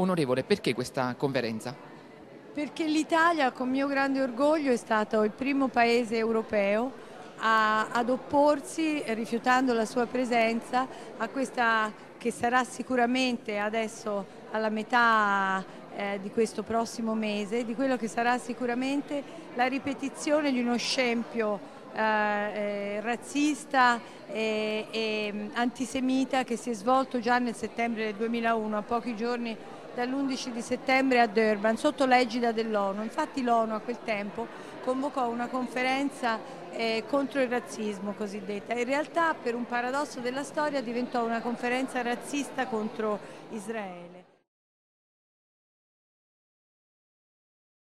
Onorevole, perché questa conferenza? Perché l'Italia, con mio grande orgoglio, è stato il primo paese europeo ad opporsi, rifiutando la sua presenza, a questa che sarà sicuramente adesso alla metà di questo prossimo mese, di quello che sarà sicuramente la ripetizione di uno scempio razzista e antisemita che si è svolto già nel settembre del 2001, a pochi giorni dall'11 di settembre a Durban, sotto l'egida dell'ONU. Infatti l'ONU a quel tempo convocò una conferenza contro il razzismo cosiddetta. In realtà, per un paradosso della storia, diventò una conferenza razzista contro Israele.